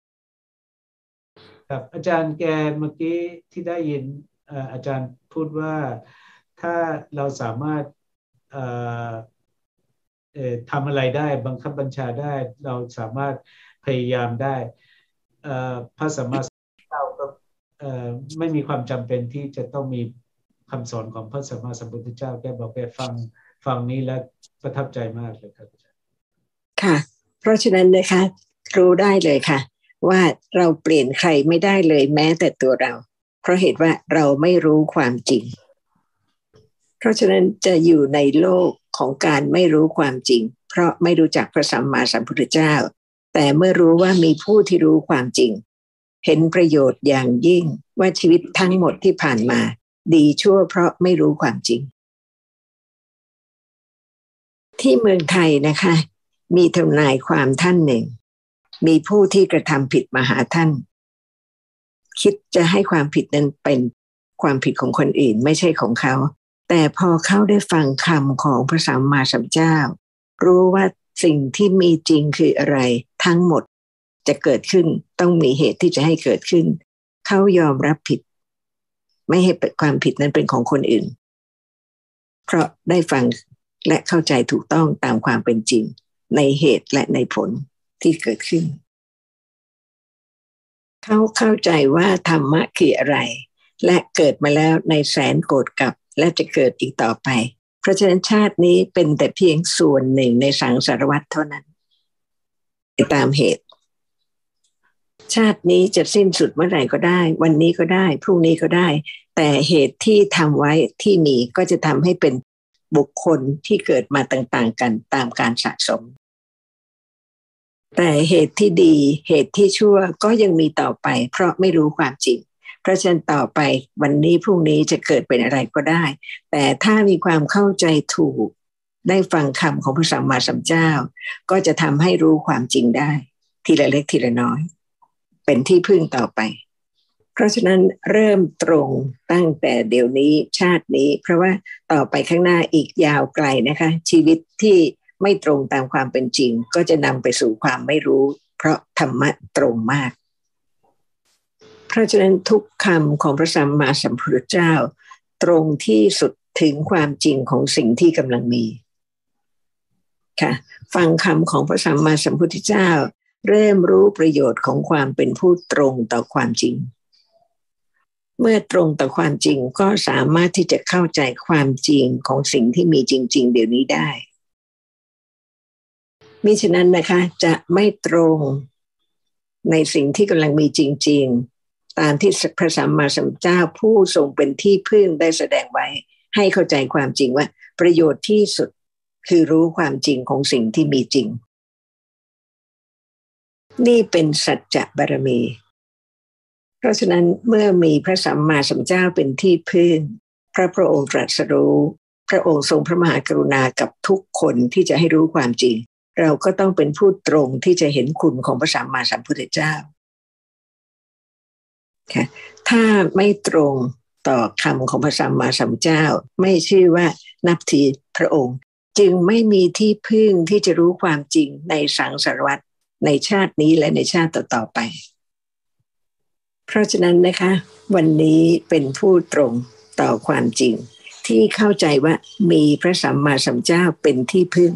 ครับอาจารย์แกเมื่อกี้ที่ได้ยินอาจารย์พูดว่าถ้าเราสามารถเอ่อทำอะไรได้บังคับบัญชาได้เราสามารถพยายามได้พระสัมมาสัมพุทธเจ้าก็ไม่มีความจำเป็นที่จะต้องมีคำสอนของพระสัมมาสัมพุทธเจ้าแกบอกแกฟังนี้แล้วประทับใจมากเลยครับอาจารย์ค่ะเพราะฉะนั้นนะคะรู้ได้เลยค่ะว่าเราเปลี่ยนใครไม่ได้เลยแม้แต่ตัวเราเพราะเหตุว่าเราไม่รู้ความจริงเพราะฉะนั้นจะอยู่ในโลกของการไม่รู้ความจริงเพราะไม่รู้จักพระสัมมาสัมพุทธเจ้าแต่เมื่อรู้ว่ามีผู้ที่รู้ความจริงเห็นประโยชน์อย่างยิ่งว่าชีวิตทั้งหมดที่ผ่านมาดีชั่วเพราะไม่รู้ความจริงที่เมืองไทยนะคะมีทนายความท่านหนึ่งมีผู้ที่กระทำผิดมาหาท่านคิดจะให้ความผิดนั้นเป็นความผิดของคนอื่นไม่ใช่ของเขาแต่พอเขาได้ฟังคำของพระสัมมาสัมพุทธเจ้ารู้ว่าสิ่งที่มีจริงคืออะไรทั้งหมดจะเกิดขึ้นต้องมีเหตุที่จะให้เกิดขึ้นเขายอมรับผิดไม่ให้ความผิดนั้นเป็นของคนอื่นเพราะได้ฟังและเข้าใจถูกต้องตามความเป็นจริงในเหตุและในผลที่เกิดขึ้นเขาเข้าใจว่าธรรมะคืออะไรและเกิดมาแล้วในแสนโกฏกับและจะเกิดอีกต่อไปเพราะฉะนั้นชาตินี้เป็นแต่เพียงส่วนหนึ่งในสังสารวัฏเท่านั้นตามเหตุชาตินี้จะสิ้นสุดเมื่อไหร่ก็ได้วันนี้ก็ได้พรุ่งนี้ก็ได้แต่เหตุที่ทำไว้ที่มีก็จะทำให้เป็นบุคคลที่เกิดมาต่างๆกันตามการสะสมแต่เหตุที่ดีเหตุที่ชั่วก็ยังมีต่อไปเพราะไม่รู้ความจริงเพราะฉะนั้นต่อไปวันนี้พรุ่งนี้จะเกิดเป็นอะไรก็ได้แต่ถ้ามีความเข้าใจถูกได้ฟังคำของพระสัมมาสัมพุทธเจ้าก็จะทำให้รู้ความจริงได้ทีละเล็กทีละน้อยเป็นที่พึ่งต่อไปเพราะฉะนั้นเริ่มตรงตั้งแต่เดี๋ยวนี้ชาตินี้เพราะว่าต่อไปข้างหน้าอีกยาวไกลนะคะชีวิตที่ไม่ตรงตามความเป็นจริงก็จะนำไปสู่ความไม่รู้เพราะธรรมะตรงมากเพราะฉะนั้นทุกคำของพระสัมมาสัมพุทธเจ้าตรงที่สุดถึงความจริงของสิ่งที่กำลังมีค่ะฟังคำของพระสัมมาสัมพุทธเจ้าเริ่มรู้ประโยชน์ของความเป็นผู้ตรงต่อความจริงเมื่อตรงต่อความจริงก็สามารถที่จะเข้าใจความจริงของสิ่งที่มีจริงๆเดี๋ยวนี้ได้มิฉะนั้นนะคะจะไม่ตรงในสิ่งที่กำลังมีจริงๆตามที่พระสัมมาสัมพุทธเจ้าผู้ทรงเป็นที่พึ่งได้แสดงไว้ให้เข้าใจความจริงว่าประโยชน์ที่สุดคือรู้ความจริงของสิ่งที่มีจริงนี่เป็นสัจจะบารมีเพราะฉะนั้นเมื่อมีพระสัมมาสัมพุทธเจ้าเป็นที่พึ่งพระองค์ตรัสรู้พระองค์ทรงพระมหากรุณากับทุกคนที่จะให้รู้ความจริงเราก็ต้องเป็นผู้ตรงที่จะเห็นคุณของพระสัมมาสัมพุทธเจ้าค่ะถ้าไม่ตรงต่อคำของพระสัมมาสัมพุทธเจ้าไม่ชื่อว่านับถือพระองค์จึงไม่มีที่พึ่งที่จะรู้ความจริงในสังสารวัฏในชาตินี้และในชาติต่อๆไปเพราะฉะนั้นนะคะวันนี้เป็นผู้ตรงต่อความจริงที่เข้าใจว่ามีพระสัมมาสัมพุทธเจ้าเป็นที่พึ่ง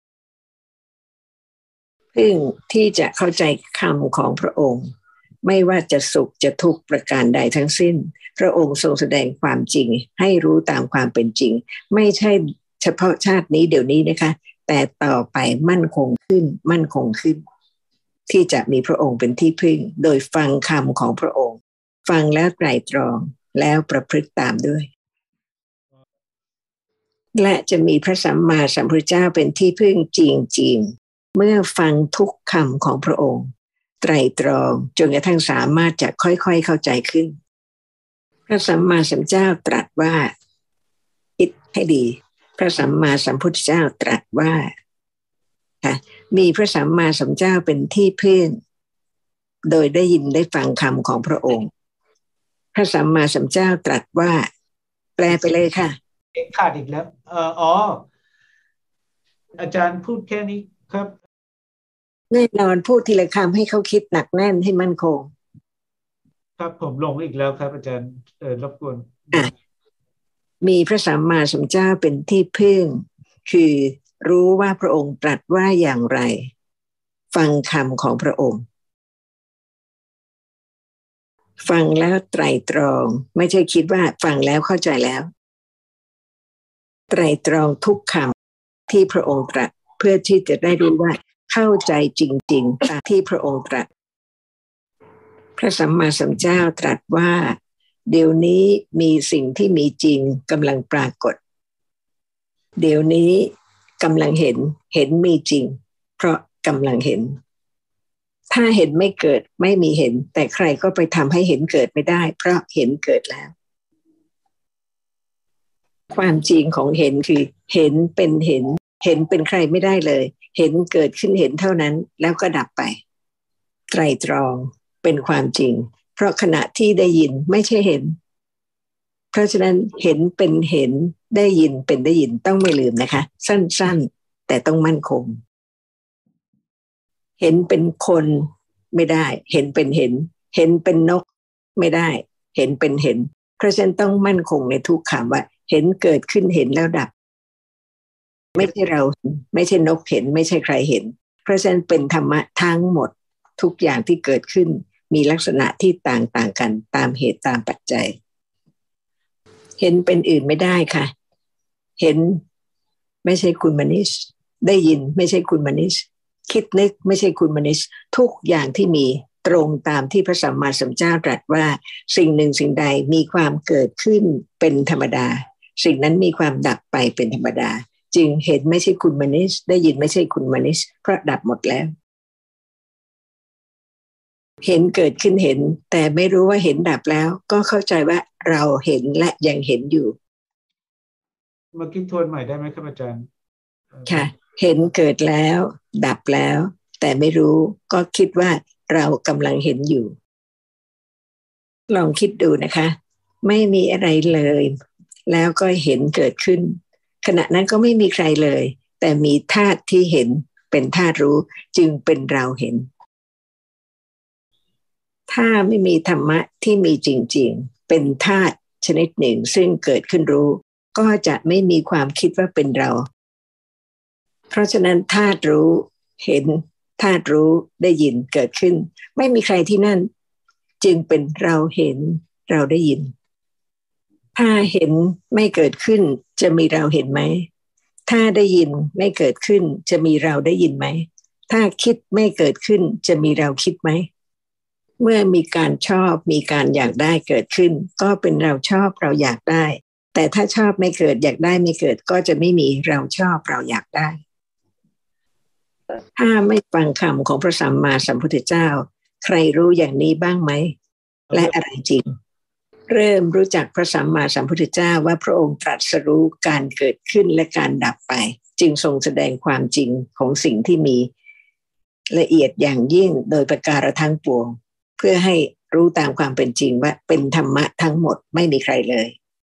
ที่จะเข้าใจคำของพระองค์ไม่ว่าจะสุขจะทุกข์ประการใดทั้งสิ้นพระองค์ทรงแสดงความจริงให้รู้ตามความเป็นจริงไม่ใช่เฉพาะชาตินี้เดี๋ยวนี้นะคะแต่ต่อไปมั่นคงขึ้นที่จะมีพระองค์เป็นที่พึ่งโดยฟังคำของพระองค์ฟังแล้วไตร่ตรองแล้วประพฤติตามด้วยและจะมีพระสัมมาสัมพุทธเจ้าเป็นที่พึ่งจริงๆเมื่อฟังทุกคำของพระองค์ไตร่ตรองจนกระทั่งสามารถจะค่อยๆเข้าใจขึ้นพระสัมมาสัมพุทธเจ้าตรัสว่าคิดให้ดีพระสัมมาสัมพุทธเจ้าตรัสว่ามีพระสัมมาสัมพุทธเจ้าเป็นที่พึ่งโดยได้ยินได้ฟังคำของพระองค์พระสัมมาสัมพุทธเจ้าตรัสว่าแปลไปเลยค่ะขาดอีกแล้วอ๋ออาจารย์พูดแค่นี้ครับแน่นอนพูดทีละคำให้เขาคิดหนักแน่นให้มั่นคงครับผมลงอีกแล้วครับอาจารย์รบกวนมีพระสัมมาสัมพุทธเจ้าเป็นที่พึ่งคือรู้ว่าพระองค์ตรัสว่าอย่างไรฟังคำของพระองค์ฟังแล้วไตร่ตรองไม่ใช่คิดว่าฟังแล้วเข้าใจแล้วไตร่ตรองทุกคำที่พระองค์ตรัสเพื่อที่จะได้รู้ว่าเข้าใจจริงๆตามที่พระองค์ตรัสพระสัมมาสัมพุทธเจ้าตรัสว่าเดี๋ยวนี้มีสิ่งที่มีจริงกำลังปรากฏเดี๋ยวนี้กำลังเห็นมีจริงเพราะกำลังเห็นถ้าเห็นไม่เกิดไม่มีเห็นแต่ใครก็ไปทำให้เห็นเกิดไม่ได้เพราะเห็นเกิดแล้วความจริงของเห็นคือเห็นเป็นใครไม่ได้เลยเห็นเกิดขึ้นเห็นเท่านั้นแล้วก็ดับไปไตรตรองเป็นความจริงเพราะขณะที่ได้ยินไม่ใช่เห็นเพราะฉะนั้นเห็นเป็นเห็นได้ยินเป็นได้ยินต้องไม่ลืมนะคะสั้นๆแต่ต้องมั่นคงเห็นเป็นคนไม่ได้เห็นเป็นเห็นเป็นนกไม่ได้เห็นเป็นเห็นเพราะฉะนั้นต้องมั่นคงในทุกคำว่าเห็นเกิดขึ้นเห็นแล้วดับไม่ใช่เราไม่ใช่นกเห็นไม่ใช่ใครเห็นเพราะฉะนั้นเป็นธรรมะทั้งหมดทุกอย่างที่เกิดขึ้นมีลักษณะที่ต่างกันตามเหตุตามปัจจัยเห็นเป็นอื่นไม่ได้ค่ะเห็นไม่ใช่คุณมนิชได้ยินไม่ใช่คุณมนิชคิดนึกไม่ใช่คุณมนิชทุกอย่างที่มีตรงตามที่พระสัมมาสัมพุทธเจ้าตรัสว่าสิ่งหนึ่งสิ่งใดมีความเกิดขึ้นเป็นธรรมดาสิ่งนั้นมีความดับไปเป็นธรรมดาจึงเห็นไม่ใช่คุณมนิชได้ยินไม่ใช่คุณมนิชเพราะดับหมดแล้วเห็นเกิดขึ้นเห็นแต่ไม่รู้ว่าเห็นดับแล้วก็เข้าใจว่าเราเห็นและยังเห็นอยู่เมื่อกี้ทวนใหม่ได้ไหมครับอาจารย์ค่ะเห็นเกิดแล้วดับแล้วแต่ไม่รู้ก็คิดว่าเรากำลังเห็นอยู่ลองคิดดูนะคะไม่มีอะไรเลยแล้วก็เห็นเกิดขึ้นขณะนั้นก็ไม่มีใครเลยแต่มีธาตุที่เห็นเป็นธาตุรู้จึงเป็นเราเห็นถ้าไม่มีธรรมะที่มีจริงๆเป็นธาตุชนิดหนึ่งซึ่งเกิดขึ้นรู้ก็จะไม่มีความคิดว่าเป็นเราเพราะฉะนั้นธาตุรู้เห็นธาตุรู้ได้ยินเกิดขึ้นไม่มีใครที่นั่นจึงเป็นเราเห็นเราได้ยินถ้าเห็นไม่เกิดขึ้นจะมีเราเห็นไหมถ้าได้ยินไม่เกิดขึ้นจะมีเราได้ยินไหมถ้าคิดไม่เกิดขึ้นจะมีเราคิดไหมเมื่อมีการชอบมีการอยากได้เกิดขึ้นก็เป็นเราชอบเราอยากได้แต่ถ้าชอบไม่เกิดอยากได้ไม่เกิดก็จะไม่มีเราชอบเราอยากได้ถ้าไม่ฟังคำของพระสัมมาสัมพุทธเจ้าใครรู้อย่างนี้บ้างไหมและอะไรจริงเริ่มรู้จักพระสัมมาสัมพุทธเจ้าว่าพระองค์ตรัสรู้การเกิดขึ้นและการดับไปจึงทรงแสดงความจริงของสิ่งที่มีละเอียดอย่างยิ่งโดยประการทั้งปวงเพื่อให้รู้ตามความเป็นจริงว่าเป็นธรรมะทั้งหมดไม่มีใครเลย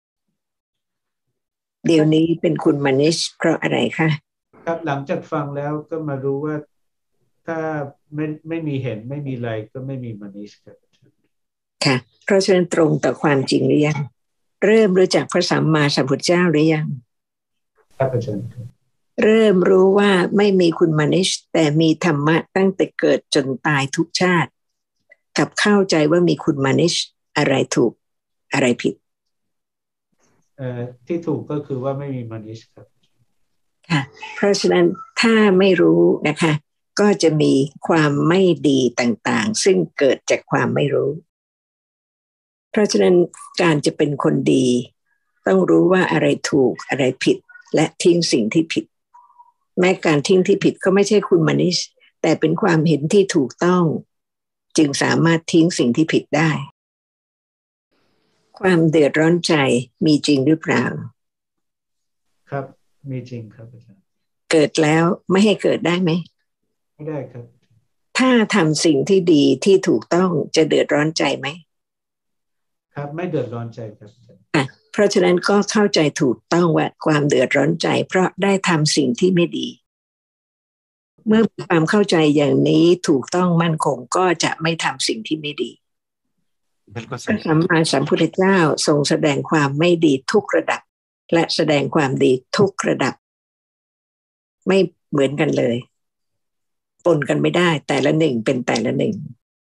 เดี๋ยวนี้เป็นคุณมานิชเพราะอะไรคะครับหลังจากฟังแล้วก็มารู้ว่าถ้าไม่มีเห็นไม่มีอะไรก็ไม่มีมานิชครับค่ะเพราะฉะนั้นตรงต่อความจริงหรือยังเริ่มรู้จักพระสัมมาสัมพุทธเจ้าหรือยังครับอาจารย์เริ่มรู้ว่าไม่มีคุณมานิชแต่มีธรรมะตั้งแต่เกิดจนตายทุกชาติกับเข้าใจว่ามีคุณมานิชอะไรถูกอะไรผิดที่ถูกก็คือว่าไม่มีมานิชครับค่ะเพราะฉะนั้นถ้าไม่รู้นะคะก็จะมีความไม่ดีต่างๆซึ่งเกิดจากความไม่รู้เพราะฉะนั้นการจะเป็นคนดีต้องรู้ว่าอะไรถูกอะไรผิดและทิ้งสิ่งที่ผิดแม้การทิ้งที่ผิดก็ไม่ใช่คุณมานิชแต่เป็นความเห็นที่ถูกต้องจึงสามารถทิ้งสิ่งที่ผิดได้ความเดือดร้อนใจมีจริงหรือเปล่าครับมีจริงครับอาจารย์เกิดแล้วไม่ให้เกิดได้ไหมไม่ได้ครับถ้าทำสิ่งที่ดีที่ถูกต้องจะเดือดร้อนใจไหมครับไม่เดือดร้อนใจครับเพราะฉะนั้นก็เข้าใจถูกต้องว่าความเดือดร้อนใจเพราะได้ทำสิ่งที่ไม่ดีเมื่อมีความเข้าใจอย่างนี้ถูกต้องมั่นคงก็จะไม่ทำสิ่งที่ไม่ดีพระสัมมาสัมพุทธเจ้าทรงแสดงความไม่ดีทุกระดับและแสดงความดีทุกระดับไม่เหมือนกันเลยปนกันไม่ได้แต่ละหนึ่งเป็นแต่ละหนึ่ง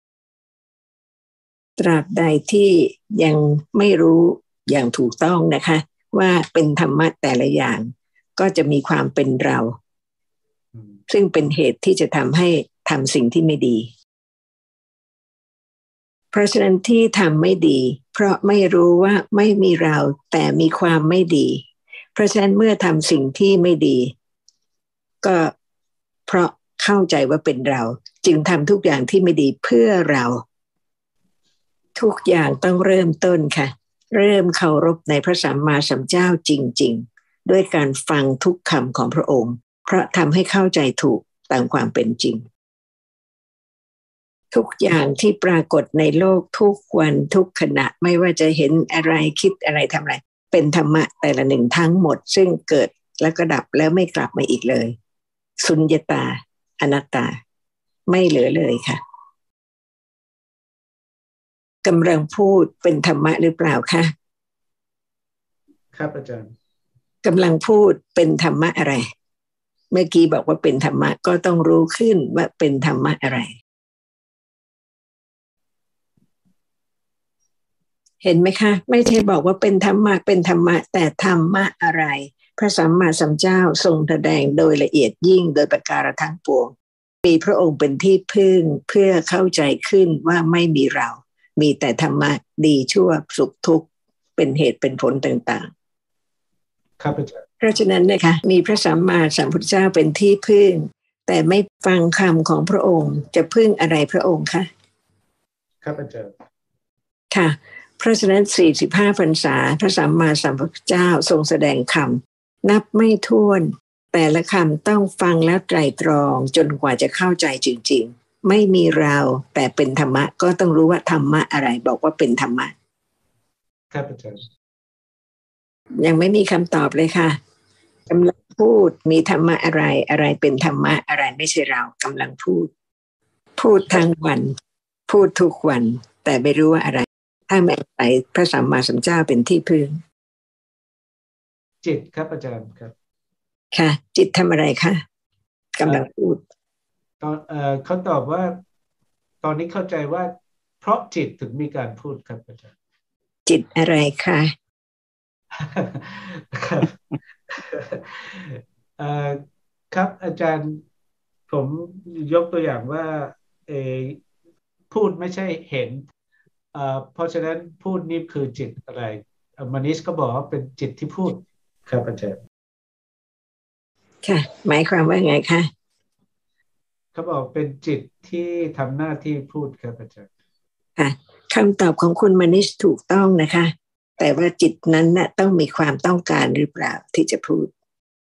ตราบใดที่ยังไม่รู้อย่างถูกต้องนะคะว่าเป็นธรรมะแต่ละอย่างก็จะมีความเป็นเราซึ่งเป็นเหตุที่จะทำให้ทำสิ่งที่ไม่ดีเพราะฉะนั้นที่ทำไม่ดีเพราะไม่รู้ว่าไม่มีเราแต่มีความไม่ดีเพราะฉะนั้นเมื่อทำสิ่งที่ไม่ดีก็เพราะเข้าใจว่าเป็นเราจึงทำทุกอย่างที่ไม่ดีเพื่อเราทุกอย่างต้องเริ่มต้นค่ะเริ่มเคารพในพระสัมมาสัมพุทธเจ้าจริงๆด้วยการฟังทุกคำของพระองค์เพราะทำให้เข้าใจถูกตามความเป็นจริงทุกอย่างที่ปรากฏในโลกทุกวันทุกขณะไม่ว่าจะเห็นอะไรคิดอะไรทำอะไรเป็นธรรมะแต่ละหนึ่งทั้งหมดซึ่งเกิดแล้วก็ดับแล้วไม่กลับมาอีกเลยสุญญตาอนัตตาไม่เหลือเลยค่ะกำลังพูดเป็นธรรมะหรือเปล่าคะครับอาจารย์กำลังพูดเป็นธรรมะอะไรเมื่อกี้บอกว่าเป็นธรรมะก็ต้องรู้ขึ้นว่าเป็นธรรมะอะไรเห็นไหมคะไม่ใช่บอกว่าเป็นธรรมะเป็นธรรมะแต่ธรรมะอะไรพระสัมมาสัมพุทธเจ้าทรงแสดงโดยละเอียดยิ่งโดยประการทั้งปวงมีพระองค์เป็นที่พึ่งเพื่อเข้าใจขึ้นว่าไม่มีเรามีแต่ธรรมะดีชั่วสุขทุกข์เป็นเหตุเป็นผลต่างๆครับอาจารย์เพราะฉะนั้นนะคะมีพระสัมมาสัมพุทธเจ้าเป็นที่พึ่งแต่ไม่ฟังคำของพระองค์จะพึ่งอะไรพระองค์คะครับอาจารย์ค่ะเพราะฉะนั้น45 พรรษาพระสัมมาสัมพุทธเจ้าทรงแสดงคำนับไม่ถ้วนแต่ละคำต้องฟังแล้วไตร่ตรองจนกว่าจะเข้าใจจริงๆไม่มีเราแต่เป็นธรรมะก็ต้องรู้ว่าธรรมะอะไรบอกว่าเป็นธรรมะครับอาจารย์ยังไม่มีคำตอบเลยค่ะกำลังพูดมีธรรมะอะไรอะไรเป็นธรรมะอะไรไม่ใช่เรากำลังพูดทั้งวันพูดทุกวันแต่ไม่รู้ว่าอะไรถ้าไม่อาศัยพระสัมมาสัมพุทธเจ้าเป็นที่พึ่งจิตครับอาจารย์ครับค่ะจิตทำอะไรคะกำลังพูดตอนเขาตอบว่าตอนนี้เข้าใจว่าเพราะจิตถึงมีการพูดครับอาจารย์จิตอะไรคะครับครับอาจารย์ผมยกตัวอย่างว่าเออพูดไม่ใช่เห็นเพราะฉะนั้นพูดนี่คือจิตอะไรมานิชก็บอกว่าเป็นจิตที่พูดครับอาจารย์ค่ะหมายความว่าไงคะเขาบอกเป็นจิตที่ทำหน้าที่พูดครับอาจารย์ค่ะคคำตอบของคุณมณิชถูกต้องนะคะแต่ว่าจิตนั้นน่ะต้องมีความต้องการหรือเปล่าที่จะพูด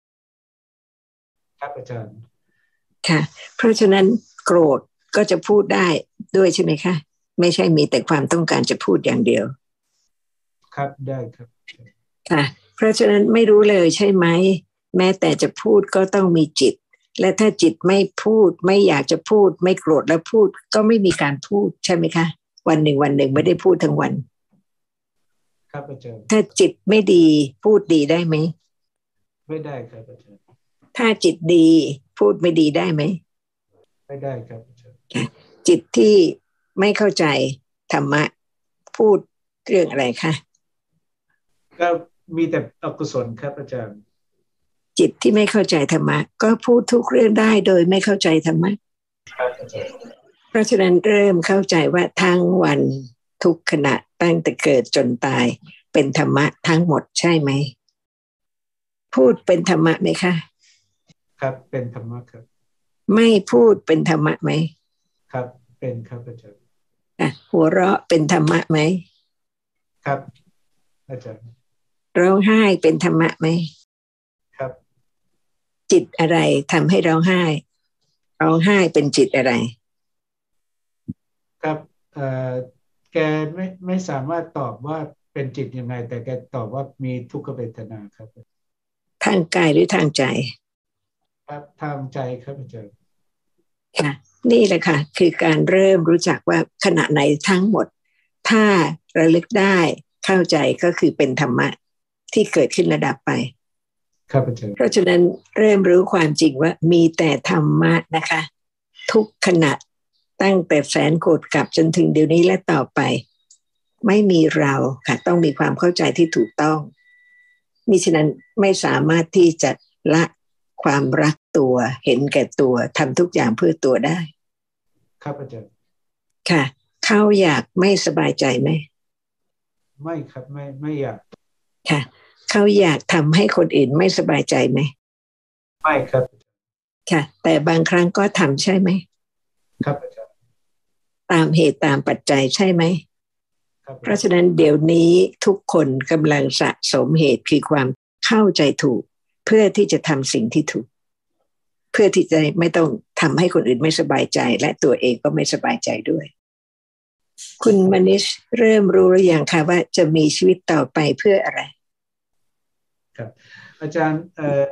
ครับอาจารย์ค่ะเพราะฉะนั้นโกรธก็จะพูดได้ด้วยใช่ไหมคะไม่ใช่มีแต่ความต้องการจะพูดอย่างเดียวครับได้ครับค่ะเพราะฉะนั้นไม่รู้เลยใช่ไหมแม้แต่จะพูดก็ต้องมีจิตและถ้าจิตไม่พูดไม่อยากจะพูดไม่โกรธแล้วพูดก็ไม่มีการพูดใช่ไหมคะวันหนึ่งไม่ได้พูดทั้งวันครับอาจารย์ถ้าจิตไม่ดีพูดดีได้ไหมไม่ได้ครับอาจารย์ถ้าจิตดีพูดไม่ดีได้ไหมไม่ได้ครับอาจารย์จิตที่ไม่เข้าใจธรรมะพูดเรื่องอะไรคะก็มีแต่อกุศลครับอาจารย์จิตที่ไม่เข้าใจธรรมะก็พูดทุกเรื่องได้โดยไม่เข้าใจธรรมะครับอาจารย์เพราะฉะนั้นเริ่มเข้าใจว่าทั้งวันทุกขณะตั้งแต่เกิดจนตายเป็นธรรมะทั้งหมดใช่ไหมพูดเป็นธรรมะไหมคะครับเป็นธรรมะครับไม่พูดเป็นธรรมะไหมครับเป็นครับอาจารย์หัวเราะเป็นธรรมะไหมครับอาจารย์ร้องไห้เป็นธรรมะไหมครับจิตอะไรทำให้ร้องไห้ร้องไห้เป็นจิตอะไรครับแกไม่สามารถตอบว่าเป็นจิตยังไงแต่แกตอบว่ามีทุกขเวทนาครับทางกายหรือทางใจครับทางใจครับอาจารย์ค่ะนี่แหละค่ะคือการเริ่มรู้จักว่าขณะไหนทั้งหมดถ้าระลึกได้เข้าใจก็คือเป็นธรรมะที่เกิดขึ้นระดับไปครับอาจารย์เพราะฉะนั้นเริ่มรู้ความจริงว่ามีแต่ธรรมะนะคะทุกขณะตั้งแต่แสนโกรธกลับจนถึงเดี๋ยวนี้และต่อไปไม่มีเราค่ะต้องมีความเข้าใจที่ถูกต้องมิฉะนั้นไม่สามารถที่จะละความรักตัวเห็นแก่ตัวทำทุกอย่างเพื่อตัวได้ครับอาจารย์ค่ะเขาอยากไม่สบายใจไหมไม่ครับไม่อยากค่ะเขาอยากทำให้คนอื่นไม่สบายใจไหมไม่ครับค่ะแต่บางครั้งก็ทำใช่ไหมครับอาจารย์ตามเหตุตามปัจจัยใช่ไหมครับเพราะฉะนั้นเดี๋ยวนี้ทุกคนกำลังสะสมเหตุคือความเข้าใจถูกเพื่อที่จะทำสิ่งที่ถูกเพื่อที่จะไม่ต้องทำให้คนอื่นไม่สบายใจและตัวเองก็ไม่สบายใจด้วยคุณมณิชเริ่มรู้หรือยังคะว่าจะมีชีวิตต่อไปเพื่ออะไรครับอาจารย์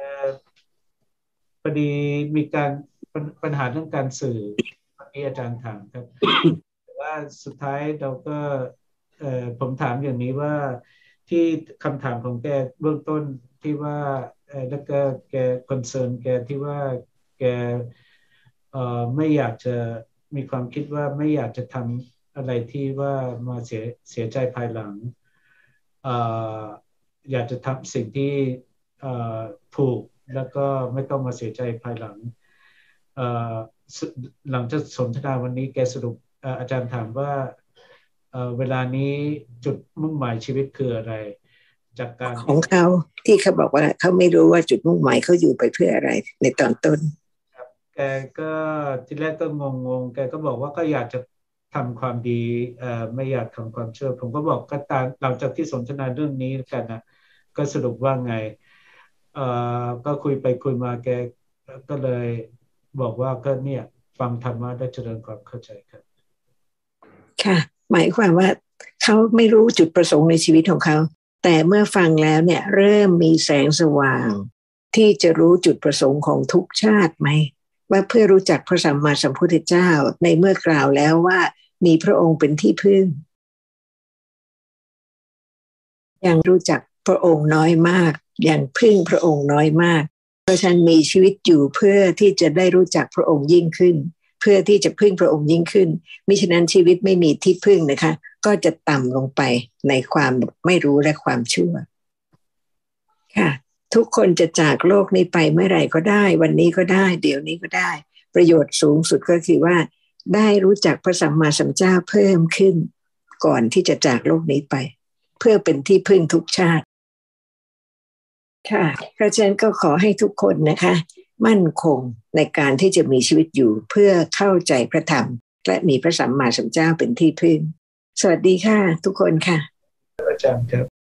พอดีมีการปัญหาเรื่องการสื่อที่อาจารย์ถามครับแต่ว่าสุดท้ายเราก็ผมถามอย่างนี้ว่าที่คำถามของแกเบื้องต้นที่ว่าแล้วก็แกคอนเซิร์นแกที่ว่าแกไม่อยากจะมีความคิดว่าไม่อยากจะทำอะไรที่ว่ามาเสียใจภายหลังเอ่ออยากจะทำสิ่งที่เอ่อถูกแล้วก็ไม่ต้องมาเสียใจภายหลังเอ่อสหลังจากสนทนาวันนี้แกสรุปอาจารย์ถามว่าเวลานี้จุดมุ่งหมายชีวิตคืออะไรจากการของเขาที่เขาบอกว่าเขาไม่รู้ว่าจุดมุ่งหมายเขาอยู่ไปเพื่ออะไรในตอนต้นแกก็ที่แรกก็งงแกก็บอกว่าก็อยากจะทำความดีไม่อยากทำความชั่วผมก็บอกก็ตามหลังจากที่สนทนาเรื่องนี้กันนะก็สรุปว่าไงเอ่ก็คุยไปคุยมาแกก็เลยบอกว่าก็เนี่ยฟังธรรมะได้เจริญความเข้าใจครับค่ะหมายความว่าเขาไม่รู้จุดประสงค์ในชีวิตของเขาแต่เมื่อฟังแล้วเนี่ยเริ่มมีแสงสว่างที่จะรู้จุดประสงค์ของทุกชาติไหมว่าเพื่อรู้จักพระสัมมาสัมพุทธเจ้าในเมื่อกล่าวแล้วว่ามีพระองค์เป็นที่พึ่งยังรู้จักพระองค์น้อยมากยังพึ่งพระองค์น้อยมากเพราะฉะนั้นมีชีวิตอยู่เพื่อที่จะได้รู้จักพระองค์ยิ่งขึ้นเพื่อที่จะพึ่งพระองค์ยิ่งขึ้นมิฉะนั้นชีวิตไม่มีที่พึ่งนะคะก็จะต่ำลงไปในความไม่รู้และความชั่วค่ะทุกคนจะจากโลกนี้ไปเมื่อไหร่ก็ได้วันนี้ก็ได้เดี๋ยวนี้ก็ได้ประโยชน์สูงสุดก็คือว่าได้รู้จักพระสัมมาสัมพุทธเจ้าเพิ่มขึ้นก่อนที่จะจากโลกนี้ไปเพื่อเป็นที่พึ่งทุกชาติค่ะเพราะฉะนั้นก็ขอให้ทุกคนนะคะมั่นคงในการที่จะมีชีวิตอยู่เพื่อเข้าใจพระธรรมและมีพระสัมมาสัมพุทธเจ้าเป็นที่พึ่งสวัสดีค่ะทุกคนค่ะอาจารย์ครับ